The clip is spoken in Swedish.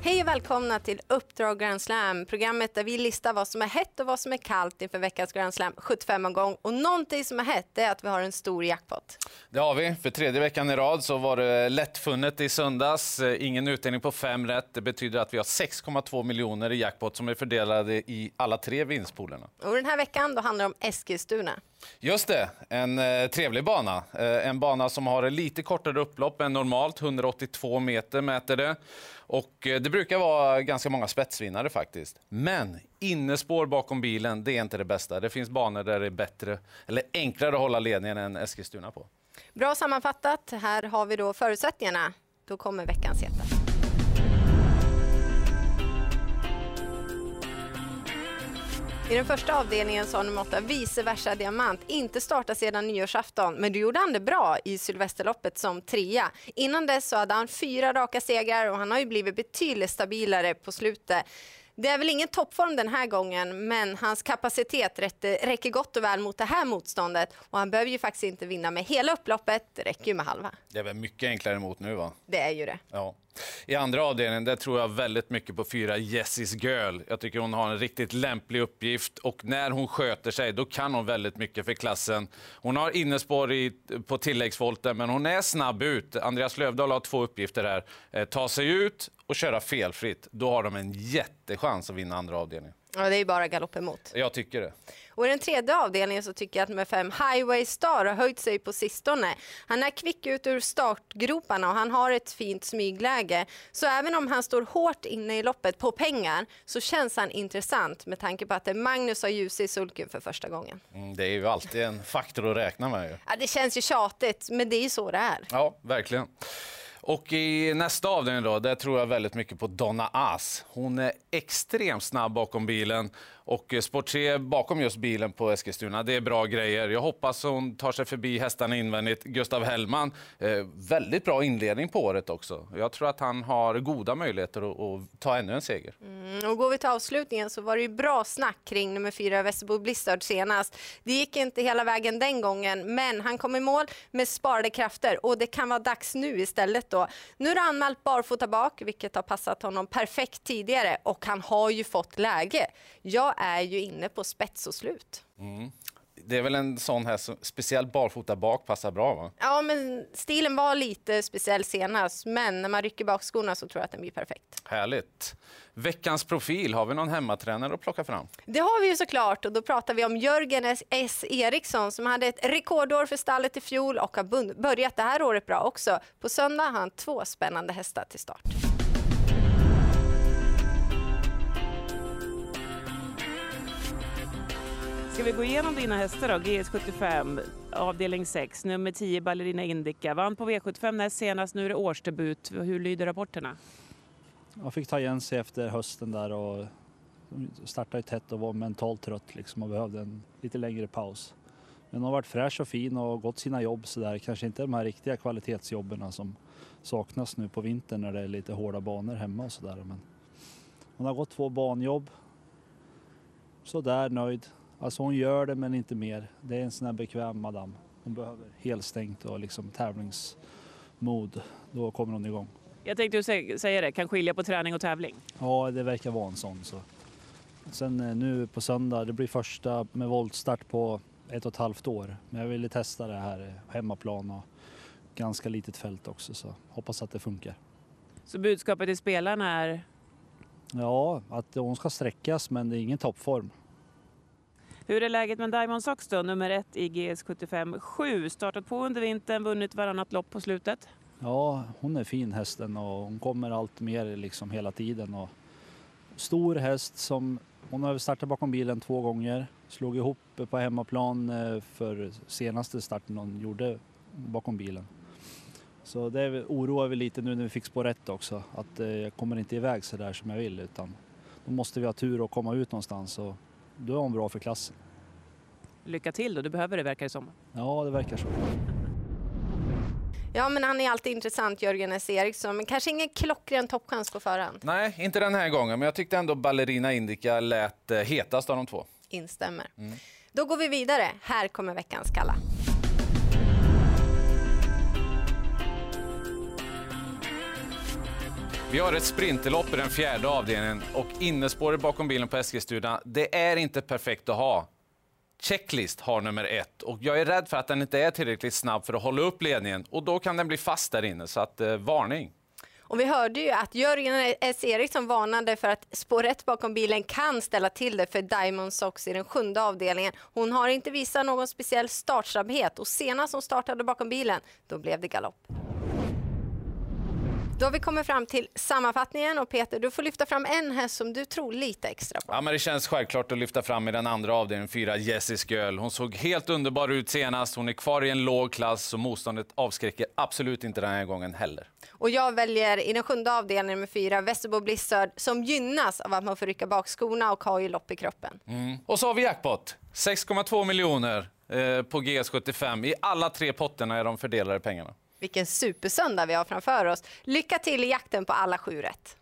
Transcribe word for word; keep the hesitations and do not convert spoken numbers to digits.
Hej och välkomna till Uppdrag Grand Slam, programmet där vi listar vad som är hett och vad som är kallt inför veckans Grand Slam sjuttiofem-omgång. Och någonting som är hett är att vi har en stor jackpot. Det har vi. För tredje veckan i rad så var det lättfunnet i söndags. Ingen utdelning på fem rätt. Det betyder att vi har sex komma två miljoner i jackpot som är fördelade i alla tre vinstpoolerna. Och den här veckan då handlar det om Eskilstuna. Just det, en eh, trevlig bana. Eh, en bana som har lite kortare upplopp än normalt, hundraåttiotvå meter mäter det. Och eh, det brukar vara ganska många spetsvinnare faktiskt. Men innespår bakom bilen, det är inte det bästa. Det finns banor där det är bättre eller enklare att hålla ledningen än Eskilstuna på. Bra sammanfattat, här har vi då förutsättningarna. Då kommer veckans heta. I den första avdelningen så har nummer åtta vice versa diamant inte startat sedan nyårsafton, men då gjorde han det bra i Sylvesterloppet som trea. Innan dess så hade han fyra raka segrar och han har ju blivit betydligt stabilare på slutet. Det är väl ingen toppform den här gången, men hans kapacitet räcker gott och väl mot det här motståndet. Och han behöver ju faktiskt inte vinna med hela upploppet, det räcker ju med halva. Det är väl mycket enklare emot nu, va? Det är ju det. Ja. I andra avdelningen där tror jag väldigt mycket på fyra Jessis Girl. Jag tycker hon har en riktigt lämplig uppgift och när hon sköter sig då kan hon väldigt mycket för klassen. Hon har innespår i, på tilläggsvolten men hon är snabb ut. Andreas Lövdahl har två uppgifter här. Eh, ta sig ut och köra felfritt. Då har de en jättechans att vinna andra avdelningen. Ja, det är bara galopp emot. Jag tycker det. Och i den tredje avdelningen så tycker jag att nummer fem Highway Star har höjt sig på sistone. Han är kvick ut ur startgroparna och han har ett fint smygläge. Så även om han står hårt inne i loppet på pengar så känns han intressant med tanke på att det Magnus har ljus i sulken för första gången. Mm, det är ju alltid en faktor att räkna med. Ju. Ja, det känns ju tjatigt, men det är ju så det är. Ja, verkligen. Och i nästa avdelning då, där tror jag väldigt mycket på Donna As. Hon är extremt snabb bakom bilen och Sport tre bakom just bilen på Eskilstuna. Det är bra grejer. Jag hoppas hon tar sig förbi hästarna invändigt. Gustav Hellman, eh, väldigt bra inledning på året också. Jag tror att han har goda möjligheter att, att ta ännu en seger. Mm, och går vi till avslutningen så var det ju bra snack kring nummer fyra Västerbo Blizzard senast. Det gick inte hela vägen den gången, men han kom i mål med sparade krafter och det kan vara dags nu istället. Då. Nu är det anmält barfota bak, vilket har passat honom perfekt tidigare och han har ju fått läge. Jag är ju inne på spets och slut. Mm. Det är väl en sån här som speciellt barfota bak passar bra, va? Ja, men stilen var lite speciell senast, men när man rycker bak skorna så tror jag att den blir perfekt. Härligt. Veckans profil, har vi någon hemmatränare att plocka fram? Det har vi ju såklart och då pratar vi om Jörgen S. Eriksson som hade ett rekordår för stallet i fjol och har börjat det här året bra också. På söndag har han två spännande hästar till start. Ska vi gå igenom dina hästar då? G S sjuttiofem, avdelning sex, nummer tio Ballerina Indica. Vann på V sjuttiofem näst senast, nu är det årsdebut. Hur lyder rapporterna? Jag fick ta igen sig efter hösten där och startade tätt och var mentalt trött liksom och behövde en lite längre paus. Men hon har varit fräsch och fin och gått sina jobb så där. Kanske inte de här riktiga kvalitetsjobben som saknas nu på vintern när det är lite hårda banor hemma och sådär. Men hon har gått två banjobb. Så där nöjd. Alltså hon gör det men inte mer. Det är en sån här bekväm madam. Hon behöver helstängt och liksom tävlingsmod. Då kommer hon igång. Jag tänkte du säga det, kan skilja på träning och tävling? Ja, det verkar vara en sån. Så. Sen nu på söndag, det blir första med voltstart på ett och ett halvt år. Men jag ville testa det här hemmaplan och ganska litet fält också. Så hoppas att det funkar. Så budskapet till spelarna är? Ja, att hon ska sträckas men det är ingen toppform. Hur är läget med Diamond Sox då? Nummer ett i G S sjuttiofem sju. Startat på under vintern, vunnit varannat lopp på slutet. Ja, hon är fin hästen och hon kommer allt mer liksom hela tiden. Och stor häst som hon har startat bakom bilen två gånger. Slog ihop på hemmaplan för senaste starten hon gjorde bakom bilen. Så det oroar vi lite nu när vi fick spår rätt också. Att jag kommer inte iväg så där som jag vill utan då måste vi ha tur och komma ut någonstans och då är hon bra för klassen. Lycka till då, du behöver det verkar det som. Ja, det verkar så. Ja, men han är alltid intressant, Jörgen S. Eriksson. Men kanske ingen klockren toppchans på förhand. Nej, inte den här gången. Men jag tyckte ändå Ballerina Indica lät eh, hetast av de två. Instämmer. Mm. Då går vi vidare. Här kommer veckans kalla. Vi har ett sprinterlopp i den fjärde avdelningen och innespåret bakom bilen på Eskilstuna, det är inte perfekt att ha. Checklist har nummer ett och jag är rädd för att den inte är tillräckligt snabb för att hålla upp ledningen och då kan den bli fast där inne, så att eh, varning. Och vi hörde ju att Jörgen S. Eriksson varnade för att spår ett bakom bilen kan ställa till det för Diamond Sox i den sjunde avdelningen. Hon har inte visat någon speciell startsnabbhet och senast hon startade bakom bilen, då blev det galopp. Då har vi kommit fram till sammanfattningen och Peter, du får lyfta fram en häst som du tror lite extra på. Ja, men det känns självklart att lyfta fram i den andra avdelningen, fyra Jessie's Girl. Hon såg helt underbar ut senast, hon är kvar i en låg klass och motståndet avskräcker absolut inte den här gången heller. Och jag väljer i den sjunde avdelningen med fyra Västerbo Blizzard som gynnas av att man får rycka bak skorna och har ju lopp i kroppen. Mm. Och så har vi jackpot, sex komma två miljoner eh, på G S sjuttiofem. I alla tre potterna är de fördelade pengarna. Vilken supersöndag vi har framför oss. Lycka till i jakten på alla sju rätt.